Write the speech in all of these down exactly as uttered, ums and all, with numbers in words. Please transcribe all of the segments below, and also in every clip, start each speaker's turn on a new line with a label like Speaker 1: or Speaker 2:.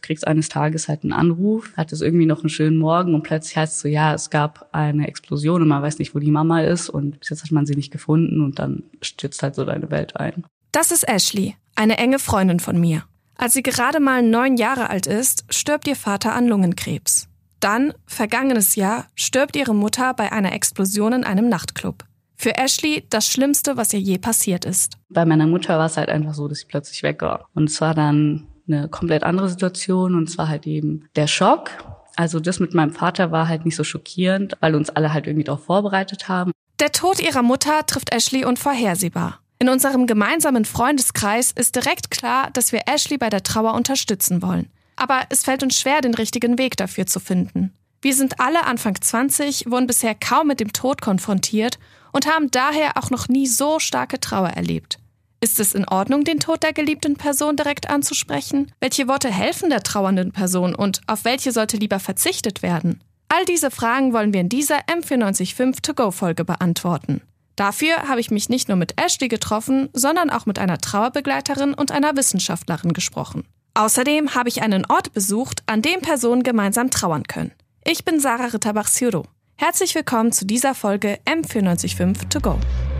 Speaker 1: kriegst eines Tages halt einen Anruf, hattest irgendwie noch einen schönen Morgen und plötzlich heißt es so, ja, es gab eine Explosion und man weiß nicht, wo die Mama ist und bis jetzt hat man sie nicht gefunden und dann stürzt halt so deine Welt ein.
Speaker 2: Das ist Ashley, eine enge Freundin von mir. Als sie gerade mal neun Jahre alt ist, stirbt ihr Vater an Lungenkrebs. Dann, vergangenes Jahr, stirbt ihre Mutter bei einer Explosion in einem Nachtclub. Für Ashley das Schlimmste, was ihr je passiert ist.
Speaker 1: Bei meiner Mutter war es halt einfach so, dass sie plötzlich weg war. Und es war dann eine komplett andere Situation und es war halt eben der Schock. Also das mit meinem Vater war halt nicht so schockierend, weil uns alle halt irgendwie darauf vorbereitet haben.
Speaker 2: Der Tod ihrer Mutter trifft Ashley unvorhersehbar. In unserem gemeinsamen Freundeskreis ist direkt klar, dass wir Ashley bei der Trauer unterstützen wollen. Aber es fällt uns schwer, den richtigen Weg dafür zu finden. Wir sind alle Anfang zwanzig, wurden bisher kaum mit dem Tod konfrontiert und haben daher auch noch nie so starke Trauer erlebt. Ist es in Ordnung, den Tod der geliebten Person direkt anzusprechen? Welche Worte helfen der trauernden Person und auf welche sollte lieber verzichtet werden? All diese Fragen wollen wir in dieser M vierundneunzig Komma fünf To-Go-Folge beantworten. Dafür habe ich mich nicht nur mit Ashley getroffen, sondern auch mit einer Trauerbegleiterin und einer Wissenschaftlerin gesprochen. Außerdem habe ich einen Ort besucht, an dem Personen gemeinsam trauern können. Ich bin Sarah Ritterbach-Ciurot. Herzlich willkommen zu dieser Folge M vierundneunzig Komma fünf To Go.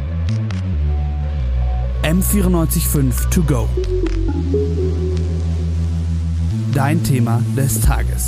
Speaker 3: M vierundneunzig Komma fünf To Go. Dein Thema des Tages.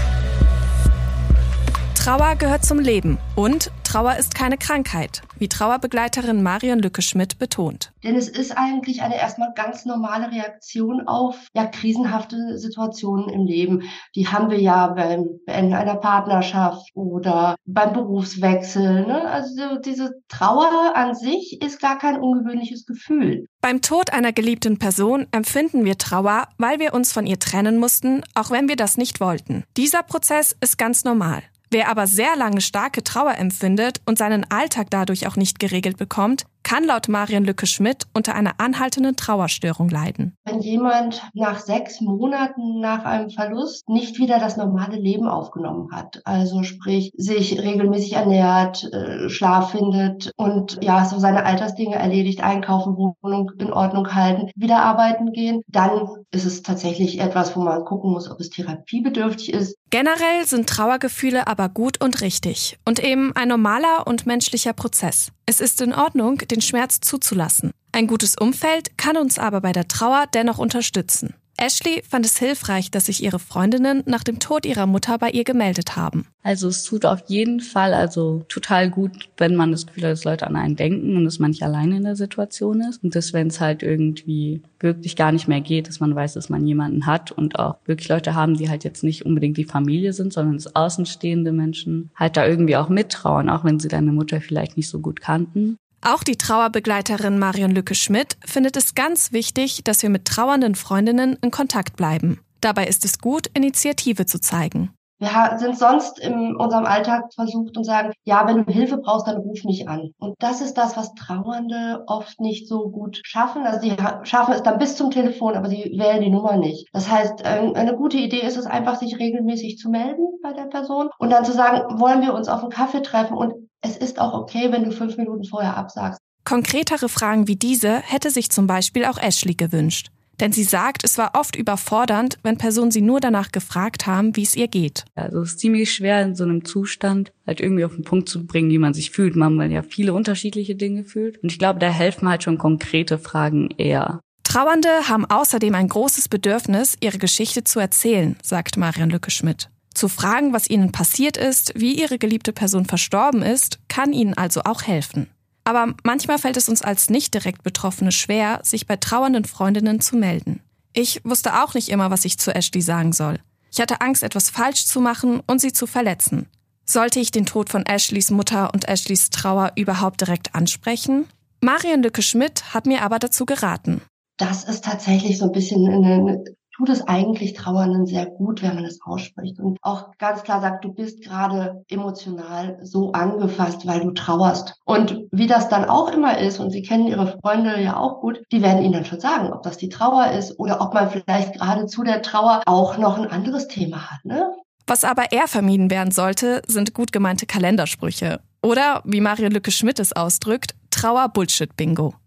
Speaker 2: Trauer gehört zum Leben und Trauer ist keine Krankheit, wie Trauerbegleiterin Marion Lücke-Schmidt betont.
Speaker 4: Denn es ist eigentlich eine erstmal ganz normale Reaktion auf ja, krisenhafte Situationen im Leben. Die haben wir ja beim Beenden einer Partnerschaft oder beim Berufswechsel. Ne? Also diese Trauer an sich ist gar kein ungewöhnliches Gefühl.
Speaker 2: Beim Tod einer geliebten Person empfinden wir Trauer, weil wir uns von ihr trennen mussten, auch wenn wir das nicht wollten. Dieser Prozess ist ganz normal. Wer aber sehr lange starke Trauer empfindet und seinen Alltag dadurch auch nicht geregelt bekommt, kann laut Marion Lücke-Schmidt unter einer anhaltenden Trauerstörung leiden.
Speaker 4: Wenn jemand nach sechs Monaten nach einem Verlust nicht wieder das normale Leben aufgenommen hat, also sprich sich regelmäßig ernährt, Schlaf findet und ja so seine Alltagsdinge erledigt, einkaufen, Wohnung in Ordnung halten, wieder arbeiten gehen, dann ist es tatsächlich etwas, wo man gucken muss, ob es therapiebedürftig ist.
Speaker 2: Generell sind Trauergefühle aber gut und richtig und eben ein normaler und menschlicher Prozess. Es ist in Ordnung, den Schmerz zuzulassen. Ein gutes Umfeld kann uns aber bei der Trauer dennoch unterstützen. Ashley fand es hilfreich, dass sich ihre Freundinnen nach dem Tod ihrer Mutter bei ihr gemeldet haben.
Speaker 1: Also es tut auf jeden Fall also total gut, wenn man das Gefühl hat, dass Leute an einen denken und dass man nicht alleine in der Situation ist. Und dass, wenn es halt irgendwie wirklich gar nicht mehr geht, dass man weiß, dass man jemanden hat und auch wirklich Leute haben, die halt jetzt nicht unbedingt die Familie sind, sondern dass außenstehende Menschen halt da irgendwie auch mittrauern, auch wenn sie deine Mutter vielleicht nicht so gut kannten.
Speaker 2: Auch die Trauerbegleiterin Marion Lücke-Schmidt findet es ganz wichtig, dass wir mit trauernden Freundinnen in Kontakt bleiben. Dabei ist es gut, Initiative zu zeigen.
Speaker 4: Wir sind sonst in unserem Alltag versucht und sagen, ja, wenn du Hilfe brauchst, dann ruf mich an. Und das ist das, was Trauernde oft nicht so gut schaffen. Also sie schaffen es dann bis zum Telefon, aber sie wählen die Nummer nicht. Das heißt, eine gute Idee ist es einfach, sich regelmäßig zu melden bei der Person und dann zu sagen, wollen wir uns auf einen Kaffee treffen? Und es ist auch okay, wenn du fünf Minuten vorher absagst.
Speaker 2: Konkretere Fragen wie diese hätte sich zum Beispiel auch Ashley gewünscht. Denn sie sagt, es war oft überfordernd, wenn Personen sie nur danach gefragt haben, wie es ihr geht.
Speaker 1: Also es ist ziemlich schwer, in so einem Zustand halt irgendwie auf den Punkt zu bringen, wie man sich fühlt. Man ja viele unterschiedliche Dinge fühlt. Und ich glaube, da helfen halt schon konkrete Fragen eher.
Speaker 2: Trauernde haben außerdem ein großes Bedürfnis, ihre Geschichte zu erzählen, sagt Marion Lücke-Schmidt. Zu fragen, was ihnen passiert ist, wie ihre geliebte Person verstorben ist, kann ihnen also auch helfen. Aber manchmal fällt es uns als nicht direkt Betroffene schwer, sich bei trauernden Freundinnen zu melden. Ich wusste auch nicht immer, was ich zu Ashley sagen soll. Ich hatte Angst, etwas falsch zu machen und sie zu verletzen. Sollte ich den Tod von Ashleys Mutter und Ashleys Trauer überhaupt direkt ansprechen? Marion Lücke-Schmidt hat mir aber dazu geraten.
Speaker 4: Das ist tatsächlich so ein bisschen eine tut es eigentlich Trauernden sehr gut, wenn man es ausspricht und auch ganz klar sagt, du bist gerade emotional so angefasst, weil du trauerst. Und wie das dann auch immer ist, und Sie kennen Ihre Freunde ja auch gut, die werden Ihnen dann schon sagen, ob das die Trauer ist oder ob man vielleicht gerade zu der Trauer auch noch ein anderes Thema hat, ne?
Speaker 2: Was aber eher vermieden werden sollte, sind gut gemeinte Kalendersprüche. Oder, wie Marion Lücke-Schmidt es ausdrückt, Trauer-Bullshit-Bingo.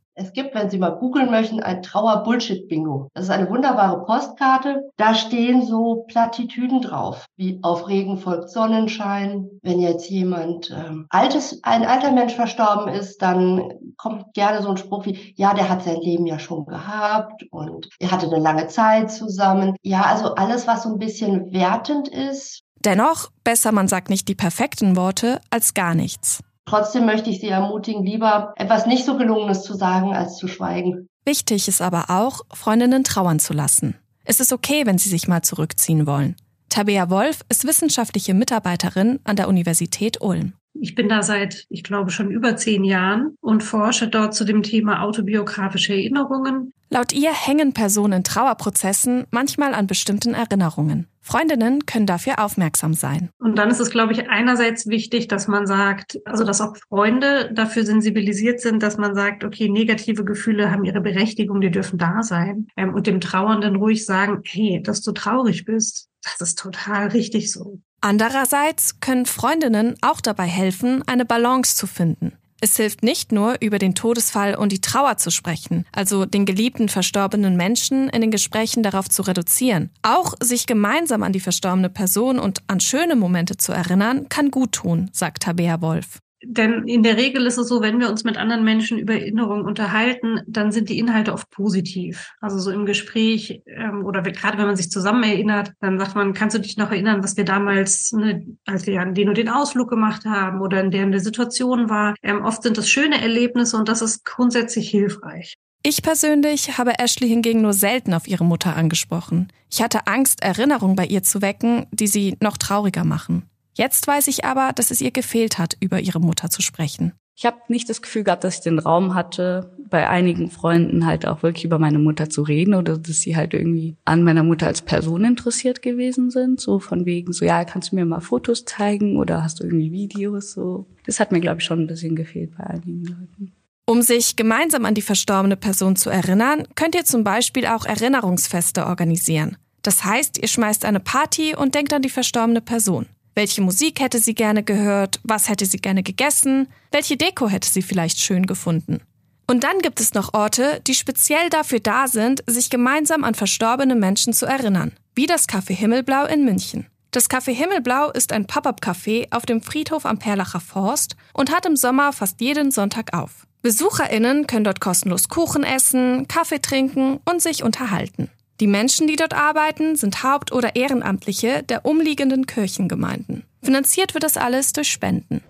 Speaker 4: Es gibt, wenn Sie mal googeln möchten, ein Trauer-Bullshit-Bingo. Das ist eine wunderbare Postkarte. Da stehen so Plattitüden drauf, wie auf Regen folgt Sonnenschein. Wenn jetzt jemand ähm, altes, ein alter Mensch verstorben ist, dann kommt gerne so ein Spruch wie, ja, der hat sein Leben ja schon gehabt und er hatte eine lange Zeit zusammen. Ja, also alles, was so ein bisschen wertend ist.
Speaker 2: Dennoch, besser man sagt nicht die perfekten Worte als gar nichts.
Speaker 4: Trotzdem möchte ich Sie ermutigen, lieber etwas nicht so Gelungenes zu sagen, als zu schweigen.
Speaker 2: Wichtig ist aber auch, Freundinnen trauern zu lassen. Es ist okay, wenn sie sich mal zurückziehen wollen. Tabea Wolf ist wissenschaftliche Mitarbeiterin an der Universität Ulm.
Speaker 5: Ich bin da seit, ich glaube, schon über zehn Jahren und forsche dort zu dem Thema autobiografische Erinnerungen.
Speaker 2: Laut ihr hängen Personen in Trauerprozessen manchmal an bestimmten Erinnerungen. Freundinnen können dafür aufmerksam sein.
Speaker 5: Und dann ist es, glaube ich, einerseits wichtig, dass man sagt, also dass auch Freunde dafür sensibilisiert sind, dass man sagt, okay, negative Gefühle haben ihre Berechtigung, die dürfen da sein. Ähm, und dem Trauernden ruhig sagen, hey, dass du traurig bist, das ist total richtig so.
Speaker 2: Andererseits können Freundinnen auch dabei helfen, eine Balance zu finden. Es hilft nicht nur, über den Todesfall und die Trauer zu sprechen, also den geliebten verstorbenen Menschen in den Gesprächen darauf zu reduzieren. Auch sich gemeinsam an die verstorbene Person und an schöne Momente zu erinnern, kann gut tun, sagt Tabea Wolf.
Speaker 5: Denn in der Regel ist es so, wenn wir uns mit anderen Menschen über Erinnerungen unterhalten, dann sind die Inhalte oft positiv. Also so im Gespräch ähm, oder gerade wenn man sich zusammen erinnert, dann sagt man, kannst du dich noch erinnern, was wir damals, ne, als wir an den und den Ausflug gemacht haben oder in der eine Situation war. Ähm, oft sind das schöne Erlebnisse und das ist grundsätzlich hilfreich.
Speaker 2: Ich persönlich habe Ashley hingegen nur selten auf ihre Mutter angesprochen. Ich hatte Angst, Erinnerungen bei ihr zu wecken, die sie noch trauriger machen. Jetzt weiß ich aber, dass es ihr gefehlt hat, über ihre Mutter zu sprechen.
Speaker 1: Ich habe nicht das Gefühl gehabt, dass ich den Raum hatte, bei einigen Freunden halt auch wirklich über meine Mutter zu reden oder dass sie halt irgendwie an meiner Mutter als Person interessiert gewesen sind. So von wegen so, ja, kannst du mir mal Fotos zeigen oder hast du irgendwie Videos? So, das hat mir, glaube ich, schon ein bisschen gefehlt bei einigen Leuten.
Speaker 2: Um sich gemeinsam an die verstorbene Person zu erinnern, könnt ihr zum Beispiel auch Erinnerungsfeste organisieren. Das heißt, ihr schmeißt eine Party und denkt an die verstorbene Person. Welche Musik hätte sie gerne gehört? Was hätte sie gerne gegessen? Welche Deko hätte sie vielleicht schön gefunden? Und dann gibt es noch Orte, die speziell dafür da sind, sich gemeinsam an verstorbene Menschen zu erinnern. Wie das Café Himmelblau in München. Das Café Himmelblau ist ein Pop-up-Café auf dem Friedhof am Perlacher Forst und hat im Sommer fast jeden Sonntag auf. BesucherInnen können dort kostenlos Kuchen essen, Kaffee trinken und sich unterhalten. Die Menschen, die dort arbeiten, sind Haupt- oder Ehrenamtliche der umliegenden Kirchengemeinden. Finanziert wird das alles durch Spenden.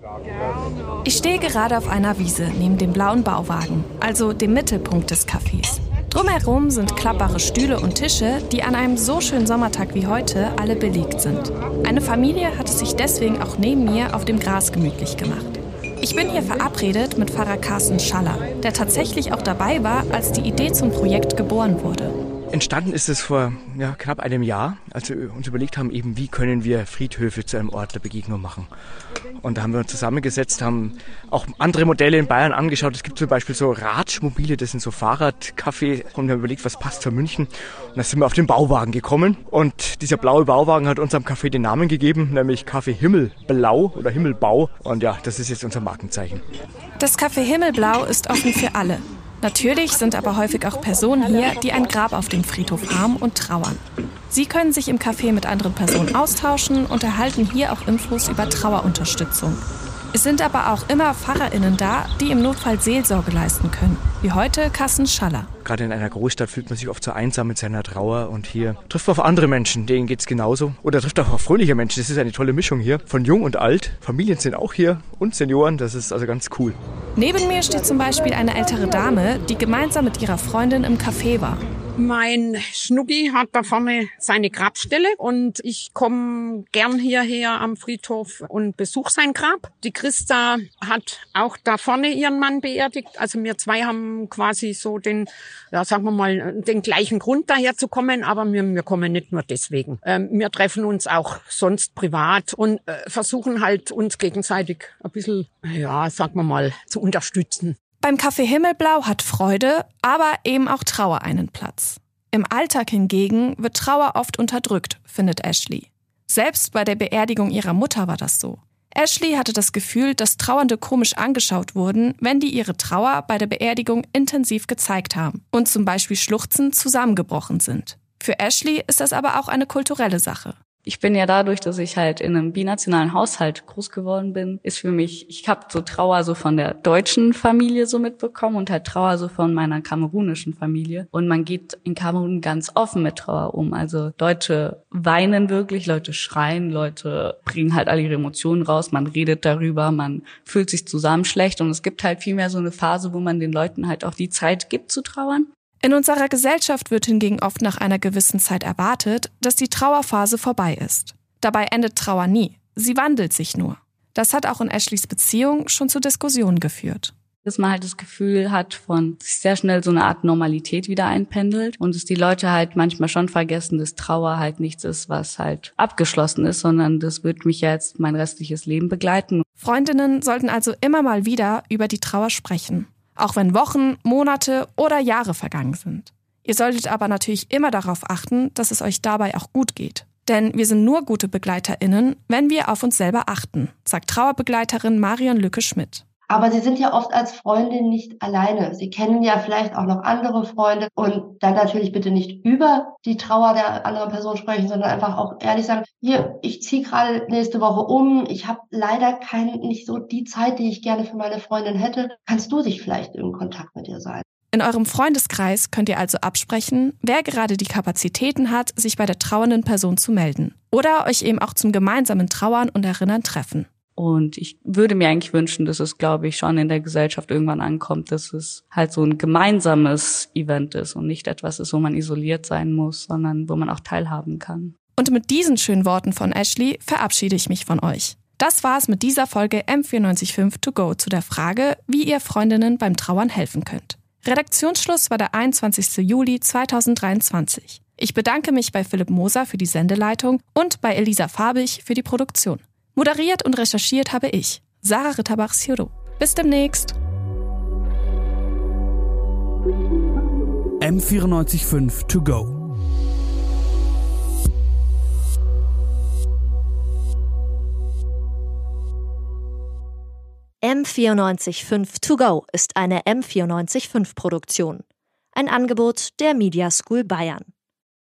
Speaker 2: Ich stehe gerade auf einer Wiese neben dem blauen Bauwagen, also dem Mittelpunkt des Cafés. Drumherum sind klappbare Stühle und Tische, die an einem so schönen Sommertag wie heute alle belegt sind. Eine Familie hat es sich deswegen auch neben mir auf dem Gras gemütlich gemacht. Ich bin hier verabredet mit Pfarrer Carsten Schaller, der tatsächlich auch dabei war, als die Idee zum Projekt geboren wurde.
Speaker 6: Entstanden ist es vor ja, knapp einem Jahr, als wir uns überlegt haben, eben wie können wir Friedhöfe zu einem Ort der Begegnung machen. Und da haben wir uns zusammengesetzt, haben auch andere Modelle in Bayern angeschaut. Es gibt zum Beispiel so Ratschmobile, das sind so Fahrradcafés. Und wir haben überlegt, was passt für München. Und da sind wir auf den Bauwagen gekommen. Und dieser blaue Bauwagen hat unserem Café den Namen gegeben, nämlich Café Himmelblau oder Himmelbau. Und ja, das ist jetzt unser Markenzeichen.
Speaker 2: Das Café Himmelblau ist offen für alle. Natürlich sind aber häufig auch Personen hier, die ein Grab auf dem Friedhof haben und trauern. Sie können sich im Café mit anderen Personen austauschen und erhalten hier auch Infos über Trauerunterstützung. Es sind aber auch immer PfarrerInnen da, die im Notfall Seelsorge leisten können, wie heute Carsten Schaller.
Speaker 6: Gerade in einer Großstadt fühlt man sich oft so einsam mit seiner Trauer und hier trifft man auf andere Menschen, denen geht's genauso. Oder trifft auch auf fröhliche Menschen, das ist eine tolle Mischung hier, von jung und alt. Familien sind auch hier und Senioren, das ist also ganz cool.
Speaker 2: Neben mir steht zum Beispiel eine ältere Dame, die gemeinsam mit ihrer Freundin im Café war.
Speaker 7: Mein Schnucki hat da vorne seine Grabstelle und ich komme gern hierher am Friedhof und besuche sein Grab. Die Christa hat auch da vorne ihren Mann beerdigt. Also wir zwei haben quasi so den, ja sagen wir mal, den gleichen Grund daher zu kommen, aber wir, wir kommen nicht nur deswegen. Ähm, wir treffen uns auch sonst privat und äh, versuchen halt uns gegenseitig ein bisschen, ja sagen wir mal, zu unterstützen.
Speaker 2: Beim Café Himmelblau hat Freude, aber eben auch Trauer einen Platz. Im Alltag hingegen wird Trauer oft unterdrückt, findet Ashley. Selbst bei der Beerdigung ihrer Mutter war das so. Ashley hatte das Gefühl, dass Trauernde komisch angeschaut wurden, wenn die ihre Trauer bei der Beerdigung intensiv gezeigt haben und zum Beispiel schluchzend zusammengebrochen sind. Für Ashley ist das aber auch eine kulturelle Sache.
Speaker 1: Ich bin ja dadurch, dass ich halt in einem binationalen Haushalt groß geworden bin, ist für mich, ich habe so Trauer so von der deutschen Familie so mitbekommen und halt Trauer so von meiner kamerunischen Familie. Und man geht in Kamerun ganz offen mit Trauer um. Also Leute weinen wirklich, Leute schreien, Leute bringen halt alle ihre Emotionen raus, man redet darüber, man fühlt sich zusammen schlecht und es gibt halt vielmehr so eine Phase, wo man den Leuten halt auch die Zeit gibt zu trauern.
Speaker 2: In unserer Gesellschaft wird hingegen oft nach einer gewissen Zeit erwartet, dass die Trauerphase vorbei ist. Dabei endet Trauer nie, sie wandelt sich nur. Das hat auch in Ashleys Beziehung schon zu Diskussionen geführt.
Speaker 1: Dass man halt das Gefühl hat, von sich sehr schnell so eine Art Normalität wieder einpendelt und dass die Leute halt manchmal schon vergessen, dass Trauer halt nichts ist, was halt abgeschlossen ist, sondern das wird mich ja jetzt mein restliches Leben begleiten.
Speaker 2: Freundinnen sollten also immer mal wieder über die Trauer sprechen. Auch wenn Wochen, Monate oder Jahre vergangen sind. Ihr solltet aber natürlich immer darauf achten, dass es euch dabei auch gut geht. Denn wir sind nur gute BegleiterInnen, wenn wir auf uns selber achten, sagt Trauerbegleiterin Marion Lücke-Schmidt.
Speaker 4: Aber sie sind ja oft als Freundin nicht alleine. Sie kennen ja vielleicht auch noch andere Freunde und dann natürlich bitte nicht über die Trauer der anderen Person sprechen, sondern einfach auch ehrlich sagen, hier, ich ziehe gerade nächste Woche um, ich habe leider kein, nicht so die Zeit, die ich gerne für meine Freundin hätte. Kannst du dich vielleicht in Kontakt mit ihr sein?
Speaker 2: In eurem Freundeskreis könnt ihr also absprechen, wer gerade die Kapazitäten hat, sich bei der trauernden Person zu melden. Oder euch eben auch zum gemeinsamen Trauern und Erinnern treffen.
Speaker 1: Und ich würde mir eigentlich wünschen, dass es, glaube ich, schon in der Gesellschaft irgendwann ankommt, dass es halt so ein gemeinsames Event ist und nicht etwas ist, wo man isoliert sein muss, sondern wo man auch teilhaben kann.
Speaker 2: Und mit diesen schönen Worten von Ashley verabschiede ich mich von euch. Das war's mit dieser Folge M vierundneunzig Komma fünf To Go zu der Frage, wie ihr Freundinnen beim Trauern helfen könnt. Redaktionsschluss war der einundzwanzigster Juli zweitausenddreiundzwanzig. Ich bedanke mich bei Philipp Moser für die Sendeleitung und bei Elisa Farbig für die Produktion. Moderiert und recherchiert habe ich, Sarah Ritterbach-Siro. Bis demnächst.
Speaker 3: M vierundneunzig Komma fünf To Go.
Speaker 8: M vierundneunzig Komma fünf To Go ist eine M vierundneunzig Komma fünf Produktion. Ein Angebot der Media School Bayern.